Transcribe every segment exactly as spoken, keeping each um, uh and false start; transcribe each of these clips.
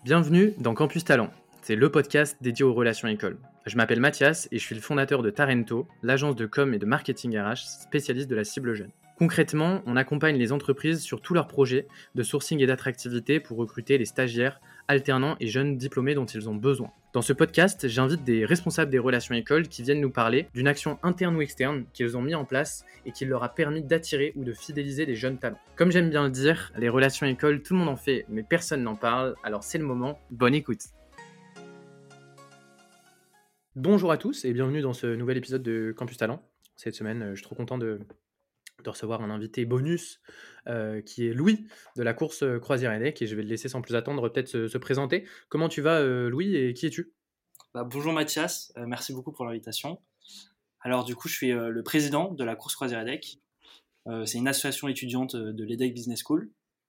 Bienvenue dans Campus Talent, c'est le podcast dédié aux relations écoles. Je m'appelle Mathias et je suis le fondateur de Tarento, l'agence de com et de marketing R H spécialiste de la cible jeune. Concrètement, on accompagne les entreprises sur tous leurs projets de sourcing et d'attractivité pour recruter les stagiaires, alternants et jeunes diplômés dont ils ont besoin. Dans ce podcast, j'invite des responsables des relations écoles qui viennent nous parler d'une action interne ou externe qu'ils ont mis en place et qui leur a permis d'attirer ou de fidéliser les jeunes talents. Comme j'aime bien le dire, les relations écoles, tout le monde en fait, mais personne n'en parle, alors c'est le moment, bonne écoute. Bonjour à tous et bienvenue dans ce nouvel épisode de Campus Talent. Cette semaine, je suis trop content de... de recevoir un invité bonus euh, qui est Louis de la course Croisière EDEC et je vais le laisser sans plus attendre peut-être se, se présenter. Comment tu vas euh, Louis et qui es-tu ? Bah, bonjour Mathias, euh, merci beaucoup pour l'invitation. Alors du coup je suis euh, le président de la course Croisière EDEC. Euh, c'est une association étudiante de l'EDEC Business School.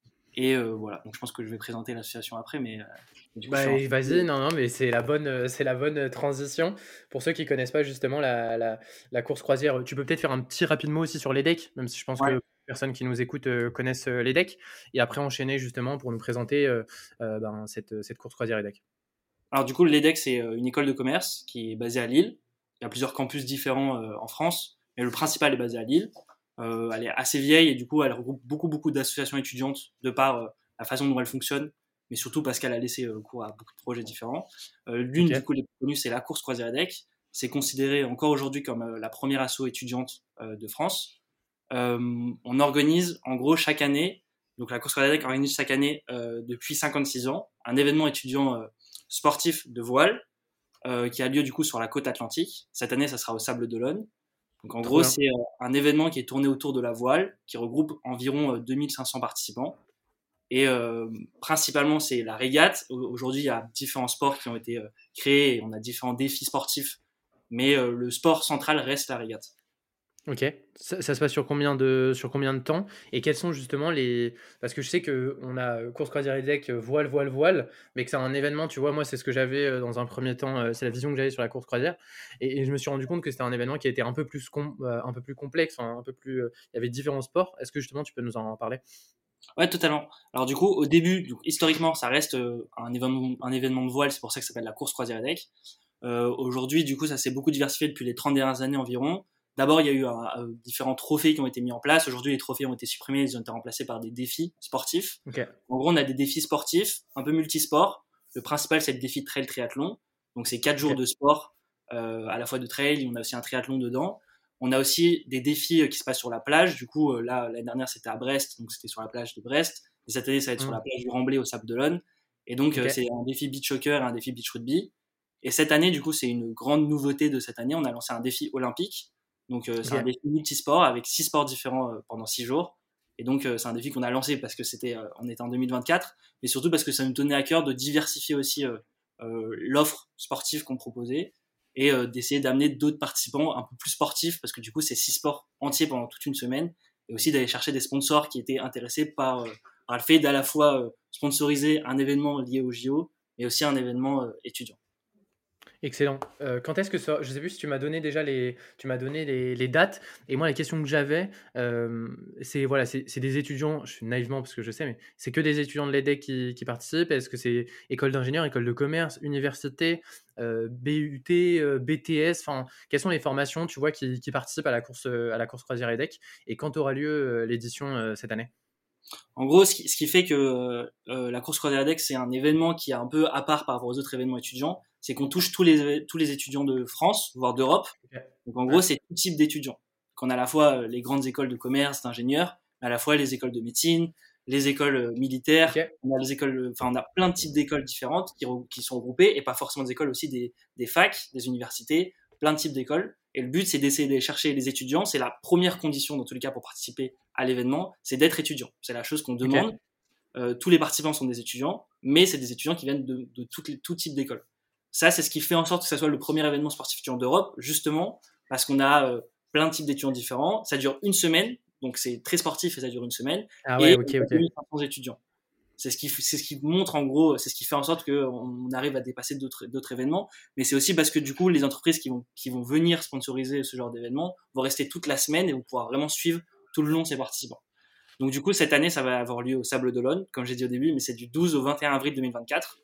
Et euh, voilà, donc je pense que je vais présenter l'association après, mais euh, du coup, Bah, je suis en... vas-y, non, non, mais c'est la bonne, c'est la bonne transition. Pour ceux qui connaissent pas justement la, la, la course croisière, tu peux peut-être faire un petit rapide mot aussi sur l'EDEC, même si je pense Ouais. que personnes qui nous écoutent euh, connaissent euh, l'EDEC, et après enchaîner justement pour nous présenter euh, euh, ben, cette, cette course croisière EDEC. Alors du coup, l'EDEC c'est une école de commerce qui est basée à Lille. Il y a plusieurs campus différents euh, en France, mais le principal est basé à Lille. Euh, elle est assez vieille et du coup, elle regroupe beaucoup, beaucoup d'associations étudiantes de par euh, la façon dont elle fonctionne, mais surtout parce qu'elle a laissé euh, cours à beaucoup de projets différents. Euh, l'une Ok. du coup les plus connues, c'est la course Croisière EDEC. C'est considéré encore aujourd'hui comme euh, la première asso étudiante euh, de France. Euh, on organise en gros chaque année, donc la course Croisière EDEC organise chaque année euh, depuis cinquante-six ans un événement étudiant euh, sportif de voile euh, qui a lieu du coup sur la côte atlantique. Cette année, ça sera au Sable d'Olonne. Donc en Trop gros, bien. c'est euh, un événement qui est tourné autour de la voile, qui regroupe environ euh, deux mille cinq cents participants. Et euh, principalement, c'est la régate. Aujourd'hui, il y a différents sports qui ont été euh, créés et on a différents défis sportifs. Mais euh, le sport central reste la régate. Ok, ça, ça se passe sur combien de sur combien de temps et quels sont justement les parce que je sais que on a course croisière EDEC voile voile voile mais que c'est un événement, tu vois, moi c'est ce que j'avais euh, dans un premier temps, euh, c'est la vision que j'avais sur la course croisière et, et je me suis rendu compte que c'était un événement qui était un peu plus com- euh, un peu plus complexe, hein, un peu plus euh, il y avait différents sports. Est-ce que justement tu peux nous en parler? Ouais, totalement. Alors du coup, au début, donc, historiquement, ça reste euh, un événement, un événement de voile. C'est pour ça que ça s'appelle la course croisière EDEC. Euh, aujourd'hui, du coup, ça s'est beaucoup diversifié depuis les trente dernières années environ. D'abord, il y a eu euh, euh, différents trophées qui ont été mis en place. Aujourd'hui, les trophées ont été supprimés, ils ont été remplacés par des défis sportifs. Ok, En gros, on a des défis sportifs, un peu multisports. Le principal, c'est le défi trail triathlon. Donc, c'est quatre jours ok, de sport, euh, à la fois de trail. On a aussi un triathlon dedans. On a aussi des défis euh, qui se passent sur la plage. Du coup, euh, là, l'année dernière, c'était à Brest, donc c'était sur la plage de Brest. Et cette année, ça va être sur la hmm, plage du Remblai au Sable d'Olonne. Et donc, euh, ok, c'est un défi beach soccer et un défi beach rugby. Et cette année, du coup, c'est une grande nouveauté de cette année. On a lancé un défi olympique. Donc, euh, c'est un ok. défi multisport avec six sports différents euh, pendant six jours. Et donc, euh, c'est un défi qu'on a lancé parce que c'était, euh, on était en deux mille vingt-quatre, mais surtout parce que ça nous tenait à cœur de diversifier aussi euh, euh, l'offre sportive qu'on proposait et euh, d'essayer d'amener d'autres participants un peu plus sportifs parce que du coup, c'est six sports entiers pendant toute une semaine et aussi d'aller chercher des sponsors qui étaient intéressés par, euh, par le fait d'à la fois euh, sponsoriser un événement lié au J O, mais aussi un événement euh, étudiant. Excellent. Euh, quand est-ce que ça... Je sais plus si tu m'as donné déjà les, tu m'as donné les, les dates. Et moi, la question que j'avais, euh, c'est voilà, c'est c'est des étudiants. Je suis naïvement parce que je sais, mais c'est que des étudiants de l'EDEC qui, qui participent. Est-ce que c'est école d'ingénieur, école de commerce, université, euh, B U T, euh, B T S. Enfin, quelles sont les formations, tu vois, qui, qui participent à la course euh, à la course croisière EDEC et quand aura lieu euh, l'édition euh, cette année? En gros, ce qui, ce qui fait que euh, la course Croisière EDEC, c'est un événement qui est un peu à part par rapport aux autres événements étudiants, c'est qu'on touche tous les, tous les étudiants de France, voire d'Europe. Ok. Donc en gros, Ouais. c'est tout type d'étudiants. Donc on a à la fois euh, les grandes écoles de commerce, d'ingénieurs, mais à la fois les écoles de médecine, les écoles euh, militaires, Ok. on a les écoles, euh, enfin on a plein de types d'écoles différentes qui, re- qui sont regroupées, et pas forcément des écoles aussi, des, des facs, des universités, plein de types d'écoles. Et le but, c'est d'essayer d'aller chercher les étudiants. C'est la première condition, dans tous les cas, pour participer à l'événement, c'est d'être étudiant. C'est la chose qu'on Ok. demande. Euh, tous les participants sont des étudiants, mais c'est des étudiants qui viennent de, de tout, tout type d'école. Ça, c'est ce qui fait en sorte que ça soit le premier événement sportif étudiant d'Europe, justement, parce qu'on a euh, plein de types d'étudiants différents. Ça dure une semaine, donc c'est très sportif et ça dure une semaine. Ah ouais, Et ok, on a ok. deux mille cinq cents étudiants. C'est ce qui, c'est ce qui montre en gros, c'est ce qui fait en sorte qu'on arrive à dépasser d'autres, d'autres événements. Mais c'est aussi parce que du coup, les entreprises qui vont, qui vont venir sponsoriser ce genre d'événement vont rester toute la semaine et vont pouvoir vraiment suivre tout le long ces participants. Donc du coup, cette année, ça va avoir lieu au Sable d'Olonne, comme j'ai dit au début, mais c'est du douze au vingt et un avril deux mille vingt-quatre.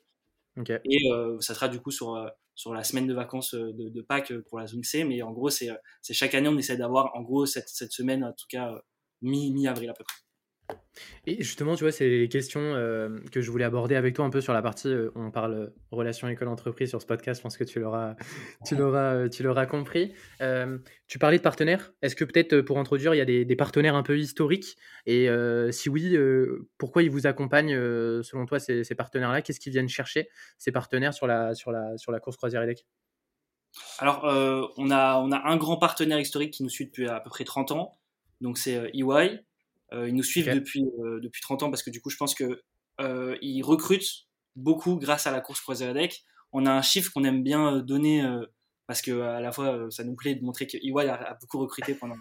Ok. Et euh, ça sera du coup sur, euh, sur la semaine de vacances euh, de, de Pâques euh, pour la zone C. Mais en gros, c'est, euh, c'est chaque année, on essaie d'avoir en gros cette, cette semaine, en tout cas euh, mi, mi-avril à peu près. Et justement, tu vois, c'est les questions euh, que je voulais aborder avec toi un peu sur la partie, euh, on parle euh, relation école-entreprise sur ce podcast, je pense que tu l'auras, tu l'auras, euh, tu l'auras compris. Euh, tu parlais de partenaires. Est-ce que peut-être euh, pour introduire, il y a des, des partenaires un peu historiques? Et euh, si oui, euh, pourquoi ils vous accompagnent euh, selon toi, ces, ces partenaires-là? Qu'est-ce qu'ils viennent chercher, ces partenaires, sur la, sur la, sur la course croisière EDEC? Alors, euh, on, a, on a un grand partenaire historique qui nous suit depuis à peu près trente ans. Donc, c'est euh, E Y. Euh, ils nous suivent Ok. depuis, euh, depuis trente ans parce que du coup, je pense que euh, ils recrutent beaucoup grâce à la course croisière EDEC. On a un chiffre qu'on aime bien euh, donner euh, parce que à la fois, euh, ça nous plaît de montrer que E Y a, a beaucoup recruté pendant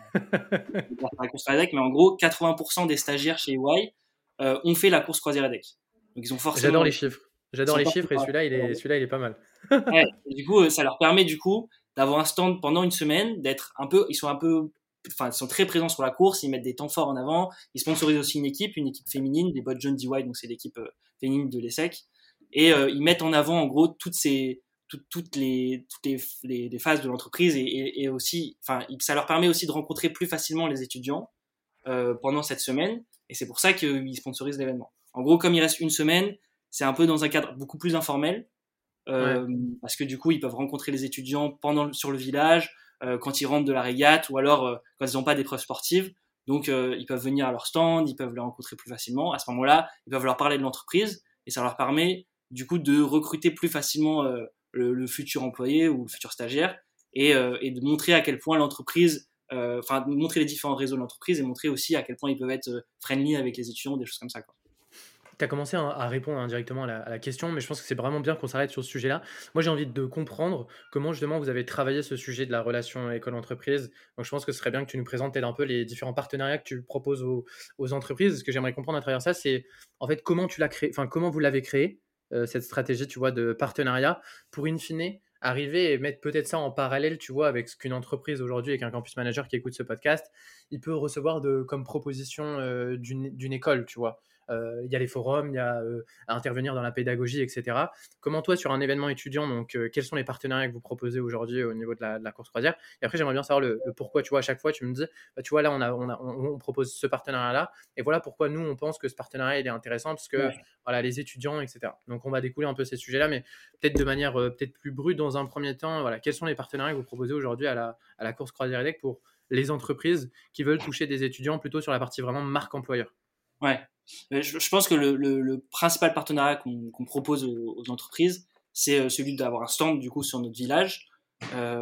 la course croisière EDEC. Mais en gros, quatre-vingts pour cent des stagiaires chez E Y euh, ont fait la course croisière EDEC. Donc, ils ont J'adore forcément, les chiffres. ils J'adore sont les passés chiffres et par la celui-là, course il croisière est, EDEC. celui-là, il est pas mal. Ouais, et du coup, euh, ça leur permet du coup d'avoir un stand pendant une semaine, d'être un peu, ils sont un peu, enfin, ils sont très présents sur la course, ils mettent des temps forts en avant, ils sponsorisent aussi une équipe, une équipe féminine, les Bots John D Y, donc c'est l'équipe euh, féminine de l'ESSEC, et euh, ils mettent en avant en gros toutes ces, toutes, toutes les, toutes les, les, les phases de l'entreprise et, et, et aussi, enfin, ça leur permet aussi de rencontrer plus facilement les étudiants euh, pendant cette semaine, et c'est pour ça qu'ils sponsorisent l'événement. En gros, comme il reste une semaine, c'est un peu dans un cadre beaucoup plus informel Ouais. euh, parce que du coup ils peuvent rencontrer les étudiants pendant sur le village euh, quand ils rentrent de la régate ou alors euh, quand ils n'ont pas d'épreuves sportives, donc euh, ils peuvent venir à leur stand, ils peuvent les rencontrer plus facilement. À ce moment-là, ils peuvent leur parler de l'entreprise et ça leur permet du coup de recruter plus facilement euh, le, le futur employé ou le futur stagiaire et, euh, et de montrer à quel point l'entreprise euh, enfin de montrer les différents réseaux de l'entreprise et montrer aussi à quel point ils peuvent être euh, friendly avec les étudiants, des choses comme ça quoi. Tu as commencé à, à répondre indirectement à la, à la question, mais je pense que c'est vraiment bien qu'on s'arrête sur ce sujet-là. Moi, j'ai envie de comprendre comment justement vous avez travaillé ce sujet de la relation école-entreprise. Donc, je pense que ce serait bien que tu nous présentes peut-être un peu les différents partenariats que tu proposes aux, aux entreprises. Ce que j'aimerais comprendre à travers ça, c'est en fait comment tu l'as créé, enfin comment vous l'avez créé, euh, cette stratégie, tu vois, de partenariat, pour in fine arriver et mettre peut-être ça en parallèle, tu vois, avec ce qu'une entreprise aujourd'hui, avec un campus manager qui écoute ce podcast, il peut recevoir de, comme proposition euh, d'une d'une école, tu vois. Euh, il y a les forums, il y a euh, à intervenir dans la pédagogie, et cetera. Comment toi, sur un événement étudiant, donc euh, quels sont les partenariats que vous proposez aujourd'hui au niveau de la, de la course croisière? Et après, j'aimerais bien savoir le, le pourquoi. Tu vois, à chaque fois, tu me dis, bah, tu vois, là, on, a, on, a, on, on propose ce partenariat-là, et voilà pourquoi nous, on pense que ce partenariat il est intéressant, parce que Ouais. voilà, les étudiants, et cetera. Donc, on va découler un peu ces sujets-là, mais peut-être de manière euh, peut-être plus brute dans un premier temps. Voilà, quels sont les partenariats que vous proposez aujourd'hui à la, à la course croisière EDEC pour les entreprises qui veulent toucher des étudiants plutôt sur la partie vraiment marque employeur? Ouais. Mais Je, je pense que le, le, le principal partenariat qu'on qu'on propose aux, aux entreprises, c'est euh, celui d'avoir un stand du coup sur notre village. Euh,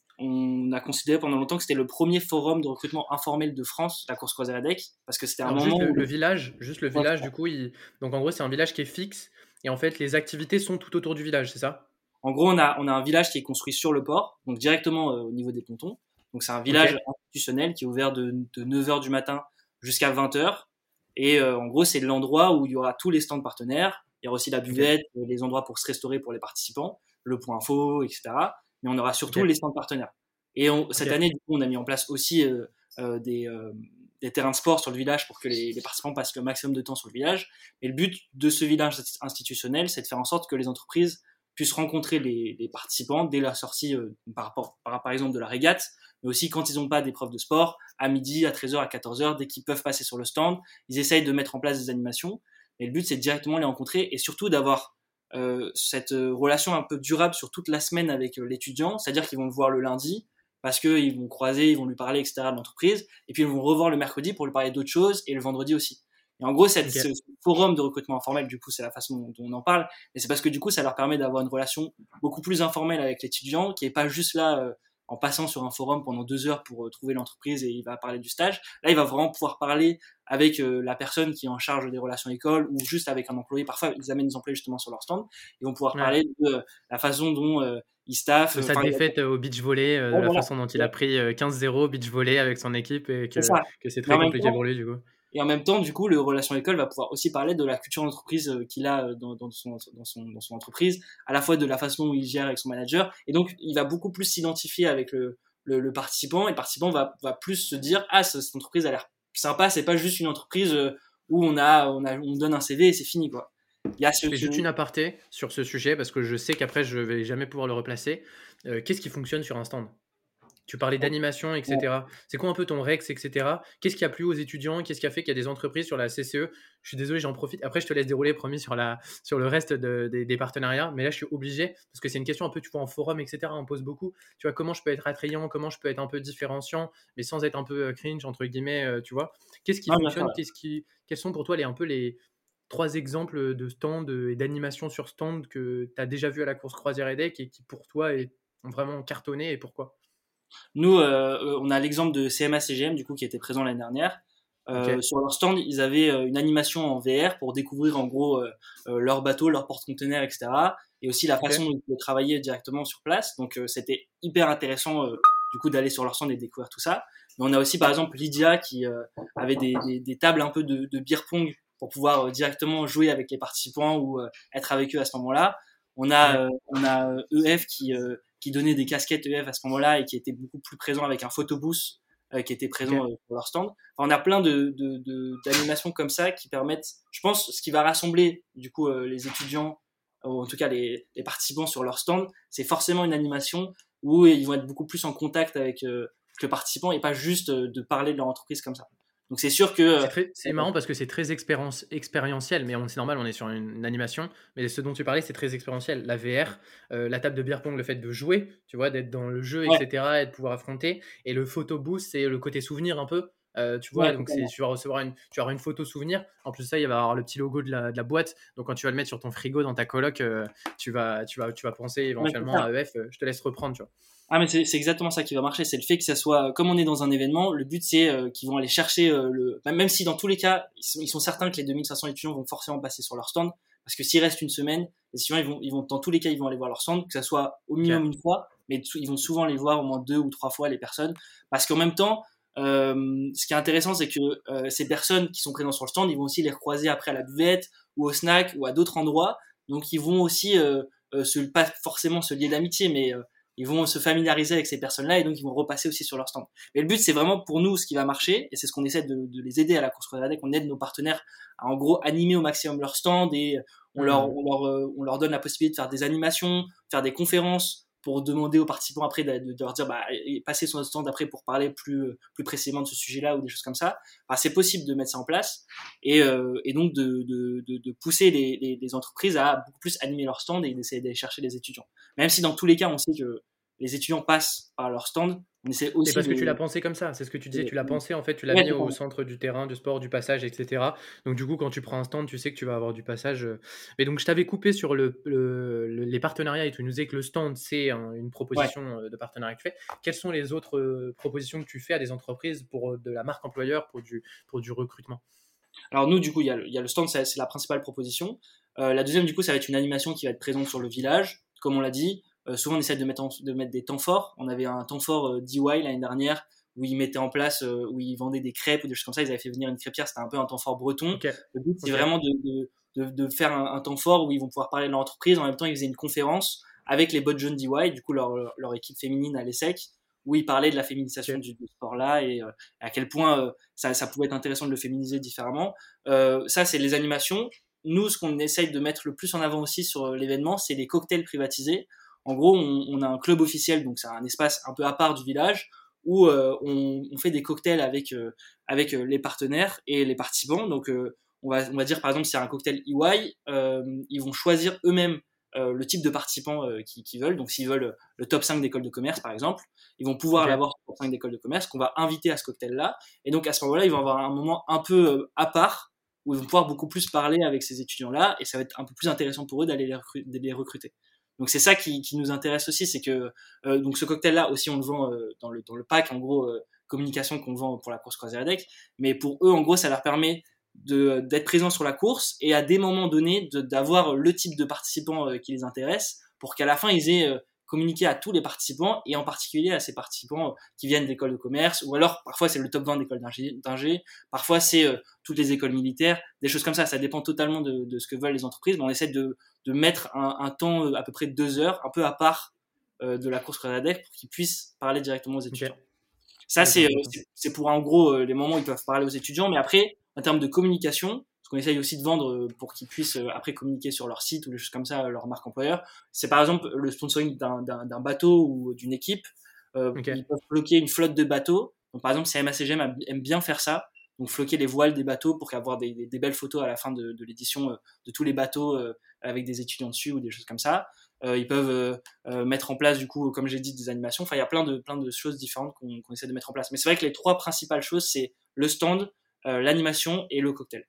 on a considéré pendant longtemps que c'était le premier forum de recrutement informel de France, la course croisière EDEC, parce que c'était un Alors moment juste le, où le village, juste le ouais, village du coup, il... donc en gros c'est un village qui est fixe et en fait les activités sont tout autour du village, c'est ça? en gros on a, on a un village qui est construit sur le port, donc directement euh, au niveau des pontons. Donc c'est un Ok, village institutionnel qui est ouvert de, de neuf heures du matin jusqu'à vingt heures. Et euh, en gros c'est l'endroit où il y aura tous les stands partenaires. Il y aura aussi la ok, buvette, les endroits pour se restaurer pour les participants, le point info, et cetera. Mais on aura ok, surtout les stands partenaires. Et on, ok, cette année, du coup, on a mis en place aussi euh, euh, des, euh, des terrains de sport sur le village pour que les, les participants passent le maximum de temps sur le village. Et le but de ce village institutionnel, c'est de faire en sorte que les entreprises puissent rencontrer les, les participants dès leur sortie euh, par rapport, par, par exemple, de la régate, mais aussi quand ils n'ont pas d'épreuve de sport, à midi, à treize heures, à quatorze heures, dès qu'ils peuvent passer sur le stand, ils essayent de mettre en place des animations. Mais le but, c'est de directement les rencontrer et surtout d'avoir euh, cette euh, relation un peu durable sur toute la semaine avec euh, l'étudiant, c'est-à-dire qu'ils vont le voir le lundi parce qu'ils vont croiser, ils vont lui parler, et cetera de l'entreprise, et puis ils vont revoir le mercredi pour lui parler d'autres choses et le vendredi aussi. Et en gros, cette, ce ok. forum de recrutement informel, du coup, c'est la façon dont on en parle, mais c'est parce que du coup, ça leur permet d'avoir une relation beaucoup plus informelle avec l'étudiant, qui est pas juste là euh, en passant sur un forum pendant deux heures pour euh, trouver l'entreprise et il va parler du stage. Là, il va vraiment pouvoir parler avec euh, la personne qui est en charge des relations écoles ou juste avec un employé. Parfois, ils amènent des employés justement sur leur stand. Ils vont pouvoir Ouais. parler de euh, la façon dont euh, ils staffent. De sa Enfin, défaite euh, au beach volley, euh, de ouais, la voilà. façon dont il a pris euh, quinze zéro au beach volley avec son équipe et C'est que, ça. que c'est Mais très en même compliqué temps, pour lui du coup. Et en même temps, du coup, le relation école va pouvoir aussi parler de la culture d'entreprise euh, qu'il a euh, dans, dans, son, dans, son, dans son entreprise, à la fois de la façon dont il gère avec son manager. Et donc, il va beaucoup plus s'identifier avec le, le, le participant. Et le participant va, va plus se dire, ah, cette entreprise a l'air sympa, c'est pas juste une entreprise euh, où on, a, on, a, on donne un C V et c'est fini, quoi. Il y a Je ceux fais qui juste une aparté sur ce sujet parce que je sais qu'après je vais jamais pouvoir le replacer. Euh, qu'est-ce qui fonctionne sur un stand? Tu parlais d'animation, ont... et cetera. C'est quoi un peu ton Rex, et cetera. Qu'est-ce qui a plu aux étudiants? Qu'est-ce qui a fait qu'il y a des entreprises sur la C C E? Je suis désolé, j'en profite. Après, je te laisse dérouler, promis, sur, la, sur le reste de- des, des partenariats. Mais là, je suis obligé, parce que c'est une question un peu, tu vois, en forum, et cetera. On pose beaucoup. Tu vois, comment je peux être attrayant? Comment je peux être un peu différenciant, mais sans être un peu euh, cringe, entre guillemets, euh, tu vois? Qu'est-ce qui Non, bien sûr, fonctionne? ouais. Qu'est-ce qui, quels sont pour toi les, un peu les trois exemples de stand euh, et d'animation sur stand que tu as déjà vu à la course croisière et deck et qui, pour toi, est, ont vraiment cartonné et pourquoi? Nous, euh, on a l'exemple de C M A C G M, du coup, qui était présent l'année dernière. Ok, Euh, sur leur stand, ils avaient euh, une animation en V R pour découvrir en gros euh, euh, leur bateau, leur porte-conteneurs, et cetera. Et aussi la ok, façon dont ils pouvaient travailler directement sur place. Donc euh, c'était hyper intéressant euh, du coup d'aller sur leur stand et découvrir tout ça. Mais on a aussi par exemple Lydia qui euh, avait des, des, des tables un peu de, de beer pong pour pouvoir euh, directement jouer avec les participants ou euh, être avec eux à ce moment-là. On a ouais, euh, on a euh, E F qui euh, qui donnait des casquettes E F à ce moment-là et qui était beaucoup plus présent avec un photobooth euh, qui était ok. présent euh, sur leur stand. Enfin, on a plein de, de, de, d'animations comme ça qui permettent, je pense, ce qui va rassembler du coup euh, les étudiants ou en tout cas les, les participants sur leur stand, c'est forcément une animation où ils vont être beaucoup plus en contact avec euh, le participant et pas juste euh, de parler de leur entreprise comme ça. Donc c'est sûr que C'est euh, très, c'est marrant parce que c'est très expérience, expérientiel, mais on- c'est normal, on est sur une, une animation. Mais ce dont tu parlais, c'est très expérientiel. La V R, euh, la table de beer pong, le fait de jouer, tu vois, d'être dans le jeu, ouais, et cetera, et de pouvoir affronter. Et le photo booth, c'est le côté souvenir un peu. Euh, tu vois, ouais, donc c'est, totalement. tu vas recevoir une, tu vas avoir une photo souvenir. En plus de ça, il va y avoir le petit logo de la, de la boîte. Donc quand tu vas le mettre sur ton frigo dans ta coloc, euh, tu vas, tu vas, tu vas penser Ouais, c'est éventuellement ça. à E F. euh, je te laisse reprendre, tu vois. Ah mais c'est c'est exactement ça qui va marcher, c'est le fait que ça soit comme on est dans un événement, le but c'est euh, qu'ils vont aller chercher euh, le même même si dans tous les cas ils sont, ils sont certains que les deux mille cinq cents étudiants vont forcément passer sur leur stand parce que s'il reste une semaine, les étudiants ils vont ils vont dans tous les cas ils vont aller voir leur stand que ça soit au Ok. minimum une fois, mais ils vont souvent les voir au moins deux ou trois fois les personnes parce qu'en même temps euh, ce qui est intéressant c'est que euh, ces personnes qui sont présentes sur le stand, ils vont aussi les recroiser après à la buvette ou au snack ou à d'autres endroits, donc ils vont aussi euh, euh, se pas forcément se lier d'amitié mais euh, ils vont se familiariser avec ces personnes-là et donc ils vont repasser aussi sur leur stand. Mais le but, c'est vraiment pour nous ce qui va marcher et c'est ce qu'on essaie de, de les aider à la course Deck. On aide nos partenaires à en gros animer au maximum leur stand et on leur, Hmm. on leur, euh, on leur donne la possibilité de faire des animations, faire des conférences pour demander aux participants après de, de, de leur dire bah passez sur notre stand après pour parler plus plus précisément de ce sujet-là ou des choses comme ça. Enfin, c'est possible de mettre ça en place et, euh, et donc de, de, de, de pousser les, les, les entreprises à beaucoup plus animer leur stand et d'essayer d'aller chercher les étudiants. Même si dans tous les cas on sait que les étudiants passent par leur stand, on essaie Mais aussi parce de, que tu l'as pensé comme ça, c'est ce que tu disais, de- tu l'as pensé, en fait, tu l'as ouais, mis au totalement. centre du terrain, du sport, du passage, et cetera. Donc du coup, quand tu prends un stand, tu sais que tu vas avoir du passage. euh. Mais donc je t'avais coupé sur le, le- le- les partenariats et tu nous disais que le stand, c'est un- une Ouais. proposition euh, de partenariat que tu fais. Quelles sont les autres euh, propositions que tu fais à des entreprises pour euh, de la marque employeur, pour du, pour du recrutement? Alors nous, du coup, il y a le, il y a le stand, c'est c'est la principale proposition. Euh, la deuxième, du coup, ça va être une animation qui va être présente sur le village. Comme on l'a dit, euh, souvent on essaie de mettre, en- de mettre des temps forts. On avait un temps fort euh, D Y l'année dernière où ils mettaient en place, euh, où ils vendaient des crêpes ou des choses comme ça. Ils avaient fait venir une crêpière, c'était un peu un temps fort breton. Ok, Le but, c'est ok, vraiment de, de, de, de faire un, un temps fort où ils vont pouvoir parler de leur entreprise. En même temps, ils faisaient une conférence avec les Bots Jeunes D Y, du coup leur, leur, leur équipe féminine à l'ESSEC, où ils parlaient de la féminisation ok. du, du sport-là et euh, à quel point euh, ça, ça pouvait être intéressant de le féminiser différemment. Euh, ça, c'est les animations. Nous, ce qu'on essaye de mettre le plus en avant aussi sur l'événement, c'est les cocktails privatisés. En gros, on, on a un club officiel, donc c'est un espace un peu à part du village, où euh, on, on fait des cocktails avec, euh, avec euh, les partenaires et les participants. Donc, euh, on, va, on va dire, par exemple, s'il y a un cocktail E Y, euh, ils vont choisir eux-mêmes euh, le type de participants euh, qu'ils qui veulent. Donc, s'ils veulent le top cinq d'école de commerce, par exemple, ils vont pouvoir Ok. l'avoir sur le top cinq d'école de commerce, qu'on va inviter à ce cocktail-là. Et donc, à ce moment-là, ils vont avoir un moment un peu euh, à part, où ils vont pouvoir beaucoup plus parler avec ces étudiants-là, et ça va être un peu plus intéressant pour eux d'aller les, recru- de les recruter. Donc c'est ça qui, qui nous intéresse aussi, c'est que euh, donc ce cocktail-là aussi on le vend euh, dans le dans le pack, en gros euh, communication qu'on vend pour la course croisière deck, mais pour eux en gros ça leur permet de d'être présents sur la course et à des moments donnés de, d'avoir le type de participants euh, qui les intéresse pour qu'à la fin ils aient euh, communiqué à tous les participants et en particulier à ces participants euh, qui viennent d'écoles de commerce ou alors parfois c'est le top vingt d'écoles d'ingé, d'ingé parfois c'est euh, toutes les écoles militaires, des choses comme ça. Ça dépend totalement de, de ce que veulent les entreprises, mais on essaie de, de mettre un, un temps euh, à peu près de deux heures, un peu à part euh, de la course Renadec, pour qu'ils puissent parler directement aux Ok. étudiants. Ça, Ouais, c'est c'est, euh, intéressant. c'est, c'est pour en gros euh, les moments où ils peuvent parler aux étudiants, mais après, en termes de communication, ce ce qu'on essaye aussi de vendre pour qu'ils puissent après communiquer sur leur site ou des choses comme ça, leur marque employeur, c'est par exemple le sponsoring d'un, d'un, d'un bateau ou d'une équipe. Euh, Okay. Ils peuvent bloquer une flotte de bateaux. Donc, par exemple, C M A C G M aime bien faire ça. Donc, floquer les voiles des bateaux pour avoir des, des, des belles photos à la fin de, de l'édition euh, de tous les bateaux euh, avec des étudiants dessus ou des choses comme ça. Euh, ils peuvent euh, euh, mettre en place, du coup, comme j'ai dit, des animations. Enfin, il y a plein de, plein de choses différentes qu'on, qu'on essaie de mettre en place. Mais c'est vrai que les trois principales choses, c'est le stand, euh, l'animation et le cocktail.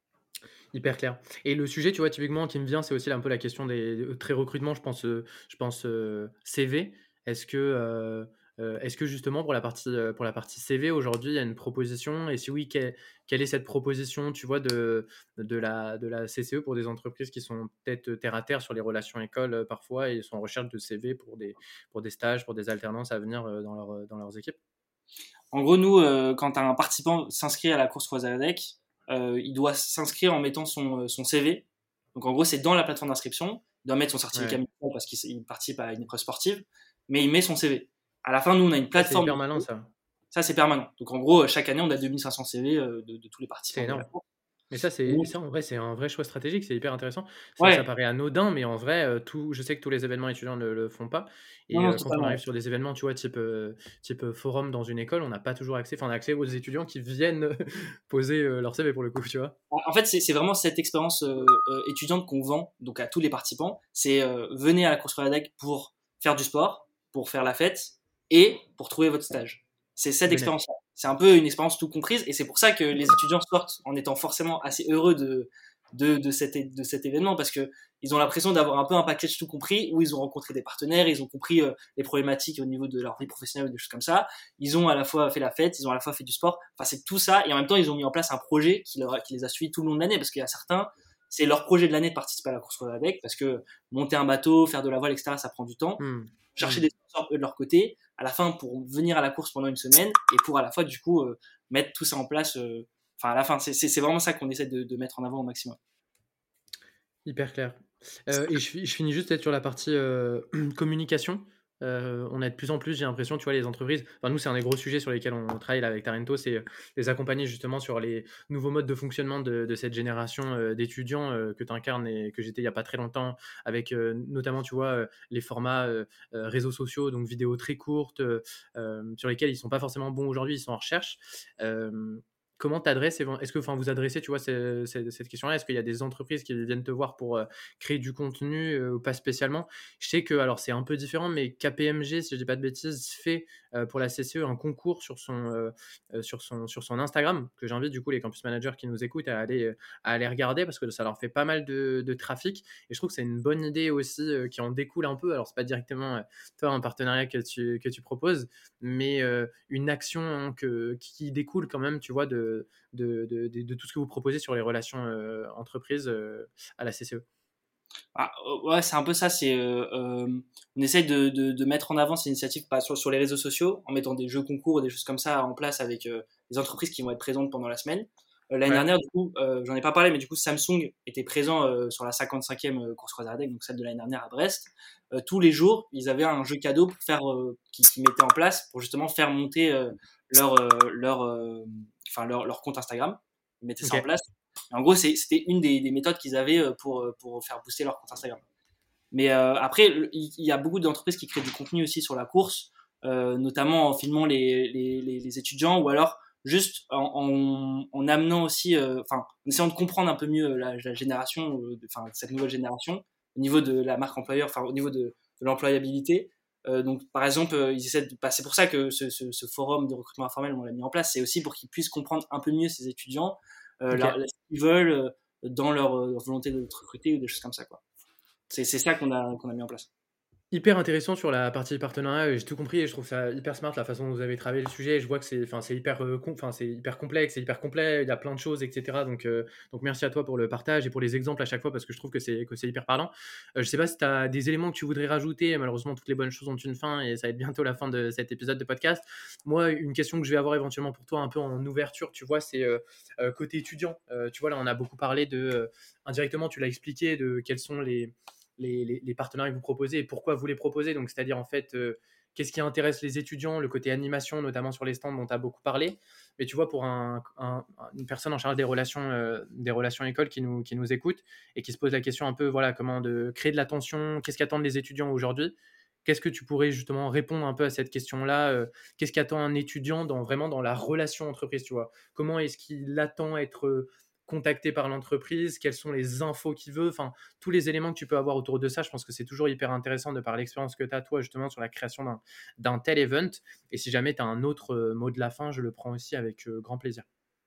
Hyper clair. Et le sujet, tu vois, typiquement, qui me vient, c'est aussi un peu la question des euh, très recrutement, je pense, euh, je pense euh, C V. Est-ce que, euh, euh, est-ce que justement pour la partie, euh, pour la partie C V aujourd'hui, il y a une proposition? Et si oui, quelle, quelle est cette proposition, tu vois, de, de la, de la C C E pour des entreprises qui sont peut-être terre à terre sur les relations écoles euh, parfois et sont en recherche de C V pour des, pour des stages, pour des alternances à venir euh, dans, leur, dans leurs équipes? En gros, nous, euh, quand un participant s'inscrit à la course croisade deck, euh, il doit s'inscrire en mettant son, euh, son C V. Donc, en gros, c'est dans la plateforme d'inscription. Il doit mettre son certificat Ouais. médical parce qu'il il participe à une épreuve sportive, mais il met son C V. À la fin, nous, on a une Ça, c'est plateforme. hyper malin, ça. Ça, c'est permanent. Donc, en gros, chaque année, on a deux mille cinq cents C V euh, de, de tous les C'est participants de la énorme. course. Mais ça, c'est Donc, ça en vrai, c'est un vrai choix stratégique, c'est hyper intéressant. Ça, ça ouais, paraît anodin, mais en vrai, heu, tout je sais que tous les événements étudiants ne le font pas non, et non, heu, quand on totalement. arrive sur des événements, tu vois, type, heu, type, heu, forum dans une école, on n'a pas toujours accès enfin, on a accès aux étudiants qui viennent poser, heu, leur C V pour le coup, tu vois? En fait, c'est c'est vraiment cette expérience euh, euh, étudiante qu'on vend donc à tous les participants. C'est euh, venez à la course deck pour faire du sport, pour faire la fête et pour trouver votre stage. C'est cette Bénef. expérience-là. C'est un peu une expérience tout comprise et c'est pour ça que les étudiants sortent en étant forcément assez heureux de de, de, cet, é- de cet événement parce que ils ont l'impression d'avoir un peu un package tout compris où ils ont rencontré des partenaires, ils ont compris euh, les problématiques au niveau de leur vie professionnelle ou des choses comme ça. Ils ont à la fois fait la fête, ils ont à la fois fait du sport. Enfin, c'est tout ça et en même temps, ils ont mis en place un projet qui, leur, qui les a suivis tout le long de l'année parce qu'il y a certains, c'est leur projet de l'année de participer à la course avec parce que monter un bateau, faire de la voile, et cetera, ça prend du temps. Mmh. Chercher Mmh. des sponsors eux de leur côté, à la fin pour venir à la course pendant une semaine et pour à la fois du coup euh, mettre tout ça en place. euh, Enfin, à la fin, c'est, c'est, c'est vraiment ça qu'on essaie de, de mettre en avant au maximum. Hyper clair. Heu et je fi je finis juste peut-être sur la partie, heu, communication. Heu, on a de plus en plus, j'ai l'impression, tu vois, les entreprises enfin nous, c'est un des gros sujets sur lesquels on travaille là avec Tarento, c'est, heu, les accompagner justement sur les nouveaux modes de fonctionnement de de cette génération, heu, d'étudiants, heu, que tu incarnes et que j'étais il y a pas très longtemps avec, heu, notamment, tu vois, heu, les formats, heu heu, réseaux sociaux, donc vidéos très courtes, heu, hem, sur lesquels ils sont pas forcément bons aujourd'hui, ils sont en recherche. Hem Comment t'adresses évent est-ce que enfin vous adressez, tu vois, ce ce cette question-là? Est-ce qu'il y a des entreprises qui viennent te voir pour, heu, créer du contenu, heu, ou pas spécialement? Je sais que alors c'est un peu différent, mais K P M G, si je dis pas de bêtises, fait, heu, pour la C C E un concours sur son, heu heu, sur son sur son Instagram, que j'invite du coup les campus managers qui nous écoutent à aller, heu, à aller regarder parce que ça leur fait pas mal de de trafic et je trouve que c'est une bonne idée aussi, heu, qui en découle un peu. Alors c'est pas directement, heu, toi un partenariat que tu que tu proposes, mais heu, une action hein, que qui découle quand même, tu vois, de de de de de tout ce que vous proposez sur les relations, heu, entreprises, heu, à la C C E. Ah, euh, ouais, c'est un peu ça. C'est, euh, euh, on essaye de, de, de mettre en avant ces initiatives pas sur, sur les réseaux sociaux, en mettant des jeux concours ou des choses comme ça en place avec euh, les entreprises qui vont être présentes pendant la semaine. Euh, l'année Ouais, dernière, du coup, euh, j'en ai pas parlé, mais du coup, Samsung était présent euh, sur la cinquante-cinquième course croisade, donc celle de l'année dernière à Brest. Euh, tous les jours, ils avaient un jeu cadeau pour faire, euh, qui, qui mettaient en place pour justement faire monter euh, leur, euh, leur, euh, enfin leur, leur compte Instagram. Ils mettaient ça en OK. place. En gros, c'est- c'était une des, des méthodes qu'ils avaient euh, pour, euh, pour faire booster leur compte Instagram. Mais euh, après, il y a beaucoup d'entreprises qui créent du contenu aussi sur la course, euh, notamment en filmant les, les, les, les étudiants ou alors juste en, en, en amenant aussi, euh, enfin, en essayant de comprendre un peu mieux la, la génération, euh, enfin, cette nouvelle génération, au niveau de la marque employeur, enfin, au niveau de, de l'employabilité. Euh, donc, par exemple, euh, ils essaient de, bah, c'est pour ça que ce, ce, ce forum de recrutement informel, on l'a mis en place, c'est aussi pour qu'ils puissent comprendre un peu mieux ces étudiants, euh, leur, OK. ce qu'ils veulent euh, dans leur, euh, leur volonté de te recruter ou des choses comme ça, quoi. C'est c'est ça qu'on a, qu'on a mis en place. Hyper intéressant sur la partie partenariat, heu, j'ai tout compris et je trouve ça hyper smart la façon dont vous avez travaillé le sujet. Je vois que c'est enfin, c'est hyper, heu, com enfin, c'est hyper complexe, c'est hyper complet, il y a plein de choses et cetera donc heu, donc merci à toi pour le partage et pour les exemples à chaque fois parce que je trouve que c'est que c'est hyper parlant. Heu, je sais pas si tu as des éléments que tu voudrais rajouter? Malheureusement, toutes les bonnes choses ont une fin et ça va être bientôt la fin de cet épisode de podcast. Moi, une question que je vais avoir éventuellement pour toi un peu en ouverture, tu vois, c'est, heu heu, côté étudiant. Heu, tu vois, là, on a beaucoup parlé de, heu, indirectement, tu l'as expliqué, de quels sont les les, les, les partenariats que vous proposez et pourquoi vous les proposez. Donc, c'est-à-dire, en fait, euh, qu'est-ce qui intéresse les étudiants, le côté animation, notamment sur les stands dont tu as beaucoup parlé. mais tu vois, pour un, un, une personne en charge des relations, euh, des relations écoles qui nous, qui nous écoute et qui se pose la question un peu, voilà, comment de créer de l'attention, qu'est-ce qu'attendent les étudiants aujourd'hui? Qu'est-ce que tu pourrais justement répondre un peu à cette question-là? euh, Qu'est-ce qu'attend un étudiant dans, vraiment dans la relation entreprise, tu vois? Comment est-ce qu'il attend être euh, contacté par l'entreprise? Quelles sont les infos qu'il veut? Enfin, tous les éléments que tu peux avoir autour de ça, je pense que c'est toujours hyper intéressant de par l'expérience que tu as, toi, justement, sur la création d'un, d'un tel event. Et si jamais tu as un autre euh, mot de la fin, je le prends aussi avec euh, grand plaisir.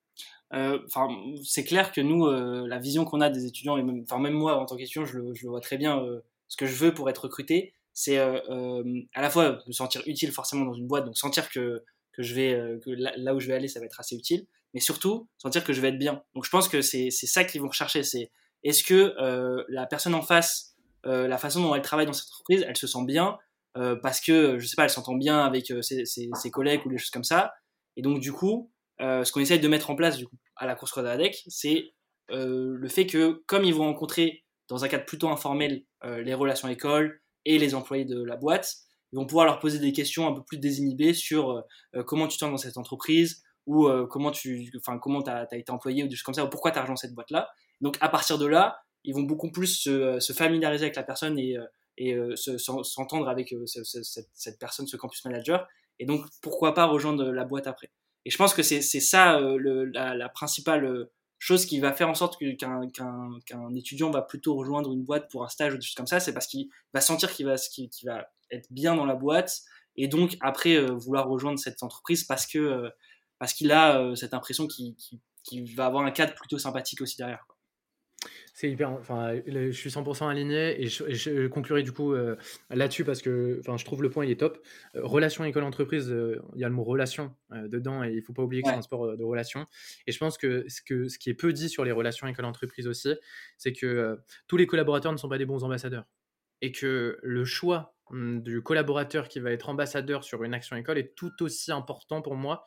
Enfin, euh, c'est clair que nous, euh, la vision qu'on a des étudiants, et même, enfin même moi en tant qu'étudiant, je le, je le vois très bien. Euh, ce que je veux pour être recruté, c'est euh, euh, à la fois me sentir utile forcément dans une boîte, donc sentir que que je vais, euh, que là, là où je vais aller, ça va être assez utile, mais surtout sentir que je vais être bien. Donc je pense que c'est c'est ça qu'ils vont rechercher. C'est est-ce que euh, la personne en face, euh, la façon dont elle travaille dans cette entreprise, elle se sent bien euh, parce que je sais pas, elle s'entend bien avec euh, ses, ses, ses collègues ou des choses comme ça. Et donc du coup, euh, ce qu'on essaye de mettre en place du coup à la course Quadradec, c'est euh, le fait que comme ils vont rencontrer dans un cadre plutôt informel euh, les relations écoles et les employés de la boîte, ils vont pouvoir leur poser des questions un peu plus désinhibées sur euh, comment tu te sens dans cette entreprise ou euh, comment tu, enfin comment t'as as été employé ou des choses comme ça ou pourquoi t'as rejoint cette boîte là. Donc à partir de là, ils vont beaucoup plus se, se familiariser avec la personne et, et euh, se, s'entendre avec euh, ce, ce, cette, cette personne, ce campus manager. Et donc pourquoi pas rejoindre la boîte après. Et je pense que c'est c'est ça euh, le, la, la principale chose qui va faire en sorte que, qu'un, qu'un, qu'un étudiant va plutôt rejoindre une boîte pour un stage ou des choses comme ça, c'est parce qu'il va sentir qu'il va, qu'il, qu'il va être bien dans la boîte et donc après euh, vouloir rejoindre cette entreprise parce que euh, parce qu'il a euh, cette impression qu'il, qu'il, qu'il va avoir un cadre plutôt sympathique aussi derrière, quoi. C'est hyper, enfin, le- je suis cent pour cent aligné et je, et je conclurai du coup euh, là-dessus parce que, enfin, je trouve le point il est top. Euh, relation école-entreprise, euh, il y a le mot relation euh, dedans et il faut pas oublier que c'est Ouais. un sport euh, de relation. Et je pense que ce que ce qui est peu dit sur les relations école-entreprise aussi, c'est que euh, tous les collaborateurs ne sont pas des bons ambassadeurs et que le choix hum, du collaborateur qui va être ambassadeur sur une action école est tout aussi important pour moi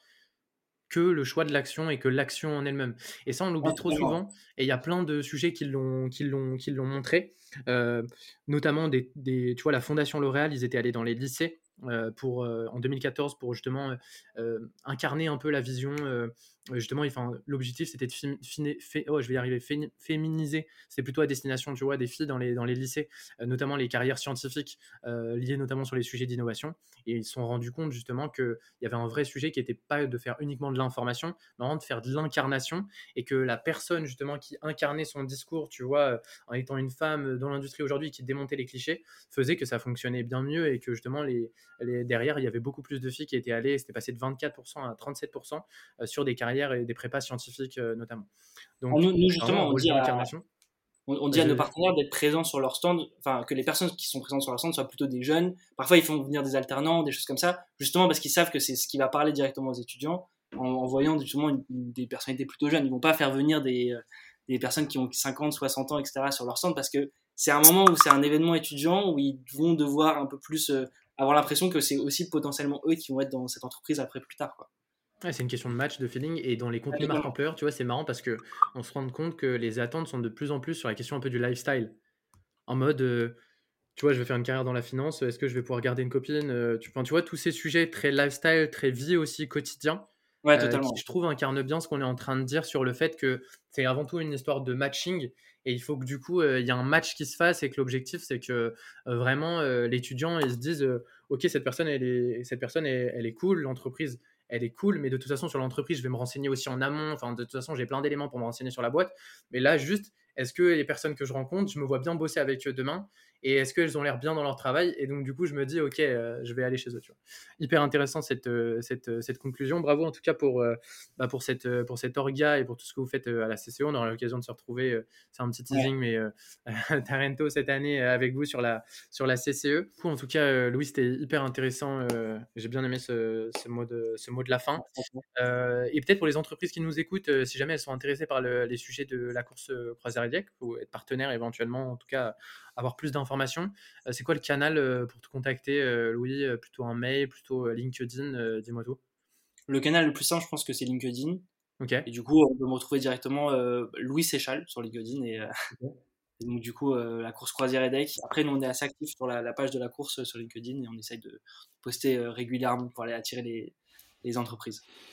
que le choix de l'action et que l'action en elle-même. Et ça, on Ouais, l'oublie trop totalement. souvent. Et il y a plein de sujets qui l'ont, qui l'ont, qui l'ont montré. Euh, notamment, des, des, tu vois, la Fondation L'Oréal, ils étaient allés dans les lycées euh, pour, euh, en deux mille quatorze pour justement euh, incarner un peu la vision. Euh, justement, enfin, l'objectif, c'était de fé, fé, fé, oh, je vais y arriver, fé, féminiser. C'était plutôt à destination, tu vois, des filles dans les, dans les lycées, euh, notamment les carrières scientifiques euh, liées notamment sur les sujets d'innovation. Et ils se sont rendus compte justement qu'il y avait un vrai sujet qui n'était pas de faire uniquement de l'information, mais vraiment de faire de l'incarnation et que la personne justement qui incarnait son discours, tu vois, en étant une femme dans l'industrie aujourd'hui qui démontait les clichés, faisait que ça fonctionnait bien mieux et que justement les, les, derrière, il y avait beaucoup plus de filles qui étaient allées, c'était passé de vingt-quatre pour cent à trente-sept pour cent sur des carrières et des prépas scientifiques notamment. Ah, Donc, Nous, nous, vraiment un justement, on rôle dit à, d'incarnation. on, on dit à Vas-y, nos vas-y. partenaires d'être présents sur leur stand, enfin que les personnes qui sont présentes sur leur stand soient plutôt des jeunes. Parfois, ils font venir des alternants, des choses comme ça, justement parce qu'ils savent que c'est ce qui va parler directement aux étudiants en, en voyant justement une, une, des personnalités plutôt jeunes. Ils vont pas faire venir des, euh, des personnes qui ont cinquante, soixante ans, et cetera sur leur stand parce que c'est un moment où c'est un événement étudiant où ils vont devoir un peu plus euh, avoir l'impression que c'est aussi potentiellement eux qui vont être dans cette entreprise après plus tard, quoi. Ouais, c'est une question de match, de feeling. Et dans les Ah, contenus marque totalement. employeur, tu vois, c'est marrant parce que on se rend compte que les attentes sont de plus en plus sur la question un peu du lifestyle. En mode, euh, tu vois, je vais faire une carrière dans la finance, est-ce que je vais pouvoir garder une copine euh, tu, enfin, tu vois, tous ces sujets très lifestyle, très vie aussi quotidien, Ouais, euh, qui, totalement. je trouve, incarnent bien ce qu'on est en train de dire sur le fait que c'est avant tout une histoire de matching. Et il faut que du coup, euh, il y a un match qui se fasse et que l'objectif, c'est que euh, vraiment, euh, l'étudiant, il se dise, euh, OK, cette personne, elle est, cette personne elle, elle est cool, l'entreprise, elle est cool, mais de toute façon, sur l'entreprise, je vais me renseigner aussi en amont. Enfin, de toute façon, j'ai plein d'éléments pour me renseigner sur la boîte. Mais là, juste, est-ce que les personnes que je rencontre, je me vois bien bosser avec eux demain et est-ce qu'elles ont l'air bien dans leur travail? Et donc, du coup, je me dis, OK, euh, je vais aller chez eux. Tu vois. Hyper intéressant cette, euh, cette, euh, cette conclusion. Bravo en tout cas pour, euh, bah, pour, cette, euh, pour cette orga et pour tout ce que vous faites euh, à la C C O. On aura l'occasion de se retrouver. Euh, c'est un petit Ouais. teasing, mais euh, Tarento cette année euh, avec vous sur la, sur la C C E. Du coup, en tout cas, euh, Louis, c'était hyper intéressant. Euh, j'ai bien aimé ce, ce, mot de, ce mot de la fin. Euh, et peut-être pour les entreprises qui nous écoutent, euh, si jamais elles sont intéressées par le, les sujets de la course euh, croisière E D I E C ou être partenaire éventuellement, en tout cas avoir plus d'informations, euh, c'est quoi le canal euh, pour te contacter, euh, Louis? Euh, Plutôt un mail, plutôt euh, LinkedIn, euh, dis-moi tout. Le canal le plus simple, je pense que c'est LinkedIn. Ok. Et du coup, on peut me retrouver directement euh, Louis Séchal sur LinkedIn. Et, euh, Ok. et donc, du coup, euh, la course croisière E D E C. Après, nous, on est assez actifs sur la, la page de la course euh, sur LinkedIn et on essaye de poster euh, régulièrement pour aller attirer les, les entreprises.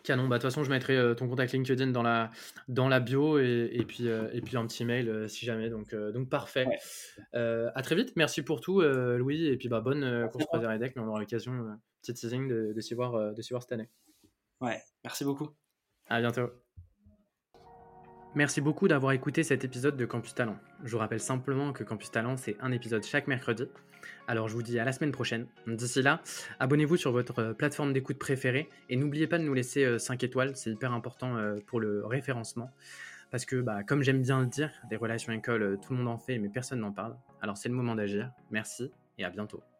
Canon, bah de toute façon je mettrai euh, ton contact LinkedIn dans la, dans la bio et, et, puis, euh, et puis un petit mail euh, si jamais, donc, euh, donc parfait. Ouais. Euh, à très vite, merci pour tout euh, Louis, et puis bah, bonne euh, Merci course à toi. croisière et deck, mais on aura l'occasion, euh, petit teasing, de, de s'y voir, euh, de s'y voir cette année. Ouais, merci beaucoup. À bientôt. Merci beaucoup d'avoir écouté cet épisode de Campus Talent. Je vous rappelle simplement que Campus Talent, c'est un épisode chaque mercredi. Alors je vous dis à la semaine prochaine. D'ici là, abonnez-vous sur votre plateforme d'écoute préférée et n'oubliez pas de nous laisser cinq étoiles, c'est hyper important pour le référencement. Parce que, bah, comme j'aime bien le dire, des relations écoles, tout le monde en fait, mais personne n'en parle. Alors c'est le moment d'agir. Merci et à bientôt.